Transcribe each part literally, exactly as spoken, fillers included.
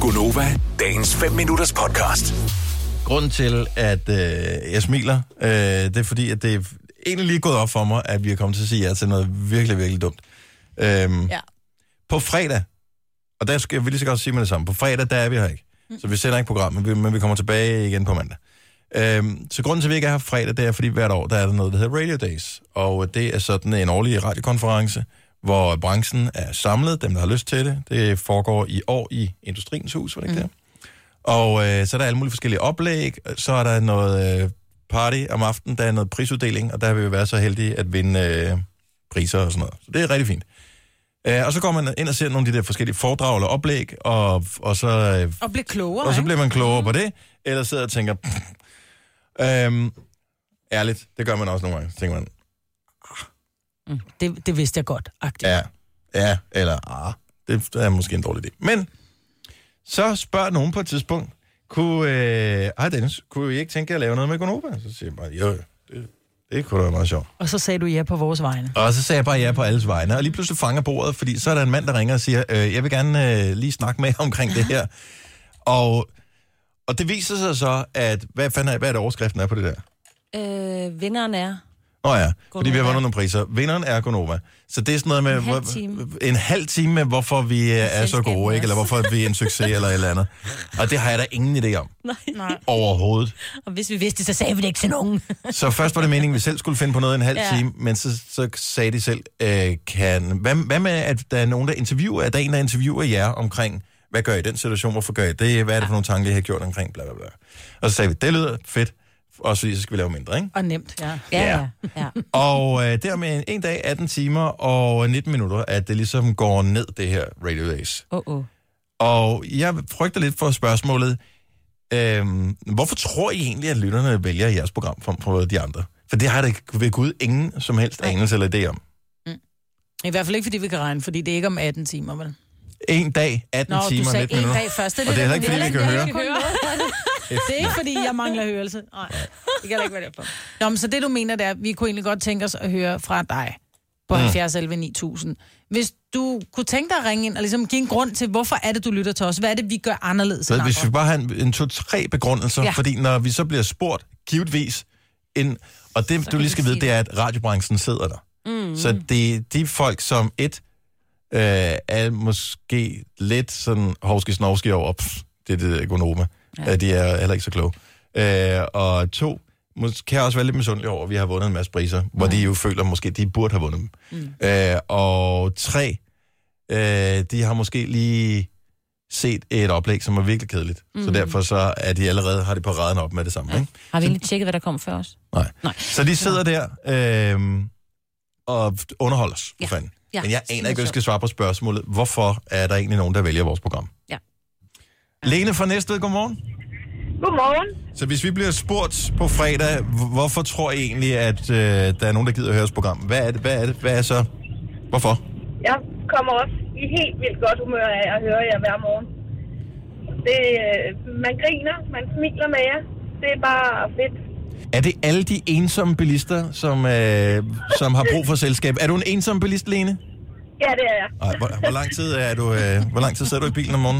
Gonova, dagens fem minutters podcast. Grunden til, at øh, jeg smiler, øh, det er fordi, at det er egentlig lige gået op for mig, at vi er kommet til at sige ja til noget virkelig, virkelig dumt. Øhm, ja. På fredag, og der skal jeg lige så godt sige med det samme, på fredag, der er vi her ikke. Mm. Så vi sender ikke programmet, men vi kommer tilbage igen på mandag. Øhm, så grunden til, at vi ikke er her fredag, det er, fordi hvert år, der er der noget, der hedder Radio Days. Og det er sådan en årlig radiokonference, hvor branchen er samlet, dem der har lyst til det. Det foregår i år i Industriens Hus, var det ikke mm. det? Og øh, så er der alle mulige forskellige oplæg, så er der noget øh, party om aftenen, der er noget prisuddeling, og der vil vi være så heldige at vinde øh, priser og sådan noget. Så det er rigtig fint. Øh, og så går man ind og ser nogle af de der forskellige foredrag eller oplæg, og, og så... Øh, og bliver klogere, Og så ikke? bliver man klogere mm. på det, eller sidder og tænker... Øhm, ærligt, det gør man også nogle gange. Så tænker man... Mm, det, det vidste jeg godt, agtigt. Ja, ja, eller ah, det, det er måske en dårlig idé. Men så spørger nogen på et tidspunkt, kunne, øh, hej Dennis, kunne I ikke tænke jer at lave noget med Gonova? Så siger jeg bare, jo, det, det kunne da være meget sjovt. Og så sagde du ja på vores vegne. Og så sagde jeg bare ja på alles vegne, og lige pludselig fanger bordet, fordi så er der en mand, der ringer og siger, øh, jeg vil gerne øh, lige snakke med omkring det her. Og, og det viser sig så, at, hvad fanden er, hvad er det overskriften er på det der? Øh, vinderen er... Åh oh ja, Gonova. Fordi vi har vundet nogle priser. Vinderen er Gonova. Så det er sådan noget med... En halv time. En halv time med, hvorfor vi er så gode, ikke? Eller hvorfor vi er en succes, eller et eller andet. Og det har jeg da ingen idé om. Nej. Nej. Overhovedet. Og hvis vi vidste, så sagde vi det ikke til nogen. Så først var det meningen, at vi selv skulle finde på noget en halv ja. time, men så, så sagde de selv, øh, kan... Hvad, hvad med, at der er nogen, der interviewer, at der er en, der interviewer jer omkring, hvad gør I i den situation, hvorfor gør I det, hvad er det for nogle tanker, I har gjort omkring, bla bla bla. Og så sagde vi, det lyder fedt. Også fordi, så skal vi lave mindre, ikke? Og nemt, ja. Ja, ja. ja. Og øh, dermed en dag, atten timer og nitten minutter, at det ligesom går ned, det her Radio Days. Oh, oh. Og jeg frygter lidt for spørgsmålet, øh, hvorfor tror I egentlig, at lytterne vælger jeres program frem for de andre? For det har der ved Gud ingen som helst anelse eller idé om. Mm. I hvert fald ikke, fordi vi kan regne, fordi det er ikke om atten timer, vel? En dag, atten Nå, timer og nitten minutter. Nå, du sagde en dag først. Det og det er heller ikke, fordi vi kan høre. høre. Det er ikke, fordi jeg mangler hørelse. Nej, det kan da ikke være derfor. Nå, men så det, du mener, det er, at vi kunne egentlig godt tænke os at høre fra dig på mm. halvfjerds elleve ni tusind. Hvis du kunne tænke dig at ringe ind og ligesom give en grund til, hvorfor er det, du lytter til os? Hvad er det, vi gør anderledes end Hvis andre? vi bare har en, en to-tre begrundelser, ja. Fordi når vi så bliver spurgt, givetvis, en, og det, du lige skal vide, det. det er, at radiobranchen sidder der. Mm. Så det de folk, som et øh, er måske lidt sådan hovski-snovski over, pff, det er det Gonova. Ja. De er heller ikke så kloge. Øh, og to, måske kan jeg også være lidt misundelig over, at vi har vundet en masse priser, mm. hvor de jo føler, måske de burde have vundet dem. Mm. Øh, og tre, øh, de har måske lige set et oplæg, som er virkelig kedeligt. Mm. Så derfor så er de allerede, har de på raden op med det samme. Ja. Ikke? Har vi egentlig tjekket, hvad der kom før os? Nej. Nej. Så de sidder der øh, og underholder os, for ja. fanden. Ja. Men jeg aner ikke, at jeg skal svare på spørgsmålet. Hvorfor er der egentlig nogen, der vælger vores program? Ja. Lene fra Næstved, godmorgen. Godmorgen. Så hvis vi bliver spurgt på fredag, hvorfor tror I egentlig, at øh, der er nogen, der gider at høre vores program? Hvad er det? Hvad er det? Hvad er så? Hvorfor? Jeg kommer også i helt vildt godt humør af at høre jer hver morgen. Det, man griner, man smiler med jer. Det er bare fedt. Er det alle de ensomme bilister, som, øh, som har brug for selskab? Er du en ensom bilist, Lene? Ja, det er jeg. Ej, hvor, hvor lang tid er du? Øh, hvor lang tid sidder du i bilen om morgenen?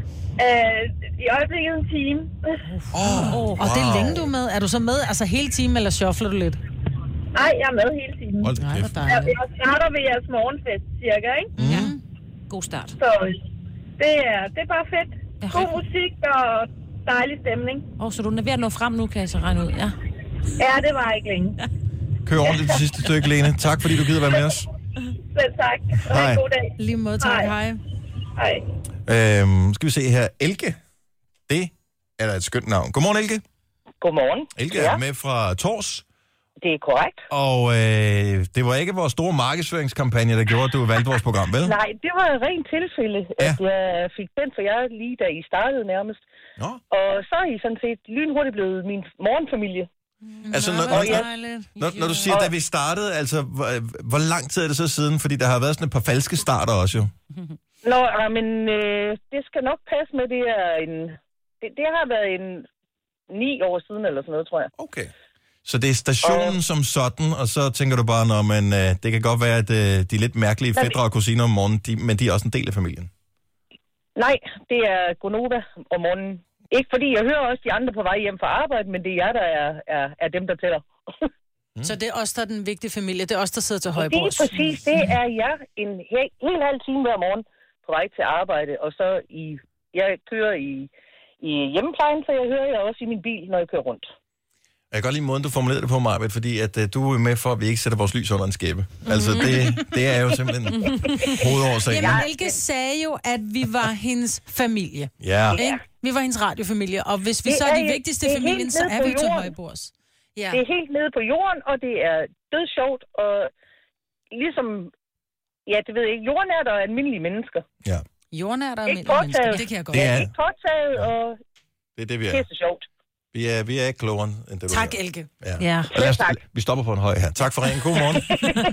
Uh, I øjeblikket en time. Åh, oh, oh, wow. Og det er længe, du er med. Er du så med altså hele timen, eller shuffler du lidt? Nej, jeg er med hele timen. Hold da kæft. Jeg, jeg starter ved jeres morgenfest, cirka, ikke? Mm. Ja, god start. Så det er, det er bare fedt. God musik og dejlig stemning. Åh, oh, så du er ved at nå frem nu, kan jeg så regne ud, ja? Ja, det var ikke længe. Ja. Kør ordentligt det sidste stykke, Lene. Tak, fordi du gider være med os. Selv tak. Og Hej. en god dag. Lige måde, tak. Hej. Hej. Øhm, skal vi se her. Elke. Det er da et skønt navn. Godmorgen, Elke. Godmorgen. Elke ja. er med fra Tors. Det er korrekt. Og øh, det var ikke vores store markedsføringskampagne, der gjorde, at du valgte vores program, vel? Nej, det var et rent tilfælde, ja. at jeg fik den for jer lige da I startede nærmest. Nå. Og så er I sådan set lynhurtigt blevet min morgenfamilie. Mm, altså, når, når, når, når, når du siger, da vi startede, altså, hvor, hvor lang tid er det så siden? Fordi der har været sådan et par falske starter også, jo. Nå, men øh, det skal nok passe med, det er en... Det, det har været en ni år siden, eller sådan noget, tror jeg. Okay. Så det er stationen og, som sådan, og så tænker du bare, når man, øh, det kan godt være, at øh, de lidt mærkelige fædre og kusiner om morgenen, de, men de er også en del af familien. Nej, det er Gonova om morgenen. Ikke fordi jeg hører også de andre på vej hjem fra arbejde, men det er jer, der er, er, er dem, der tæller. Mm. Så det er os, der er den vigtige familie. Det er os, der sidder til højbords. Det er præcis. Det er jeg en he- helt halv time hver morgen på vej til arbejde. Og så i, jeg kører i, i hjemmeplejen, så jeg hører jeg også i min bil, når jeg kører rundt. Jeg kan godt lide måden, du formulerede det på, Maj-Brit, fordi at, uh, du er med for, at vi ikke sætter vores lys under en skæbe. Mm. Altså, det, det er jo simpelthen hovedårsagen. Jamen, Elke sagde jo, at vi var hendes familie. Ja. Ikke? Vi var hendes radiofamilie, og hvis vi Det så er er- de vigtigste det i er familien, helt så nede er på vi til jorden. højbords. Ja. Det er helt nede på jorden, og det er dødsjovt, og ligesom, ja, det ved jeg ikke, jordnært og almindelige mennesker. Ja. Jordnært og Ikke almindelige mennesker. påtaget. Det kan jeg godt. Det Det er, er ikke påtaget, og det er det, vi det er. er så sjovt. Vi er, vi er ikke klogere end det, du Tak, er. Elke. Ja. Ja. Og lad os, Tak. vi stopper på en høj her. Tak for ringen. God morgen.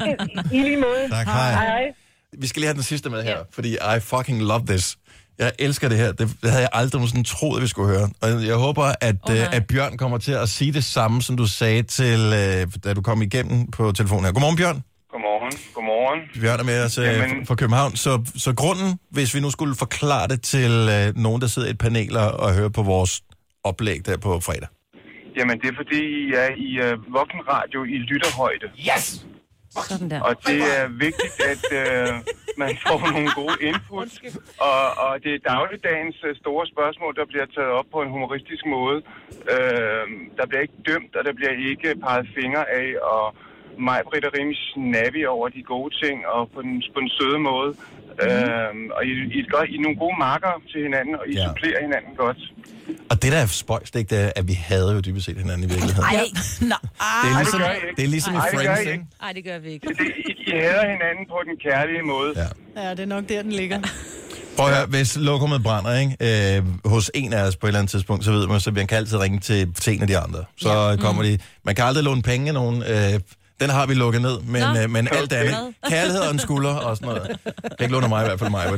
I lige måde. Tak, hej. Hej, hej. Vi skal lige have den sidste med her, fordi I fucking love this. Jeg elsker det her. Det, det havde jeg aldrig sådan troet, vi skulle høre. Og jeg håber, at, Oh, oh, nej. at Bjørn kommer til at sige det samme, som du sagde, til, øh, da du kom igennem på telefonen her. Godmorgen, Bjørn. Godmorgen. Godmorgen. Bjørn er med os øh, Jamen- fra København. Så, så grunden, hvis vi nu skulle forklare det til øh, nogen, der sidder i et panel og, og hører på vores oplæg der på fredag. Jamen, det er fordi, I er i uh, voksenradio i lytterhøjde. Yes! Sådan der. Og det er vigtigt, at uh, man får nogle gode input. Og, og det er dagligdagens uh, store spørgsmål, der bliver taget op på en humoristisk måde. Uh, der bliver ikke dømt, og der bliver ikke peget fingre af, og Maj-Brit er rimelig snappy over de gode ting, og på den, på den søde måde. Mm. Uh, og I, I, I, I er nogle gode marker til hinanden, og I Ja. ja. supplerer hinanden godt. Og det der er spøjst, ikke, det er, at vi havde jo dybest set hinanden i virkeligheden. Ej, nej. Det er Ej, ligesom, det gør I ikke. det er ligesom i Ej, det gør Friends, I ikke? ikke. Nej, det gør vi ikke. Det, I, I hader hinanden på den kærlige måde. Ja. Ja, det er nok der, den ligger. Prøv at høre, hvis lokummet brænder, ikke, øh, hos en af os på et eller andet tidspunkt, så ved man, så man kan altid ringe til, til en af de andre. Så ja. kommer de... Man kan aldrig låne penge af nogen. Øh, den har vi lukket ned, men, Nå. øh, men alt andet. Hvad? Kærlighed og en skulder og sådan noget. Kan ikke låne mig i hvert fald mig.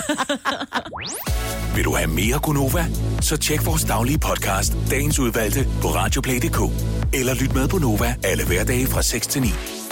Vil du have mere Gunova? Så tjek vores daglige podcast, dagens udvalgte, på radioplay punktum d k. Eller lyt med på Nova alle hverdage fra seks til ni.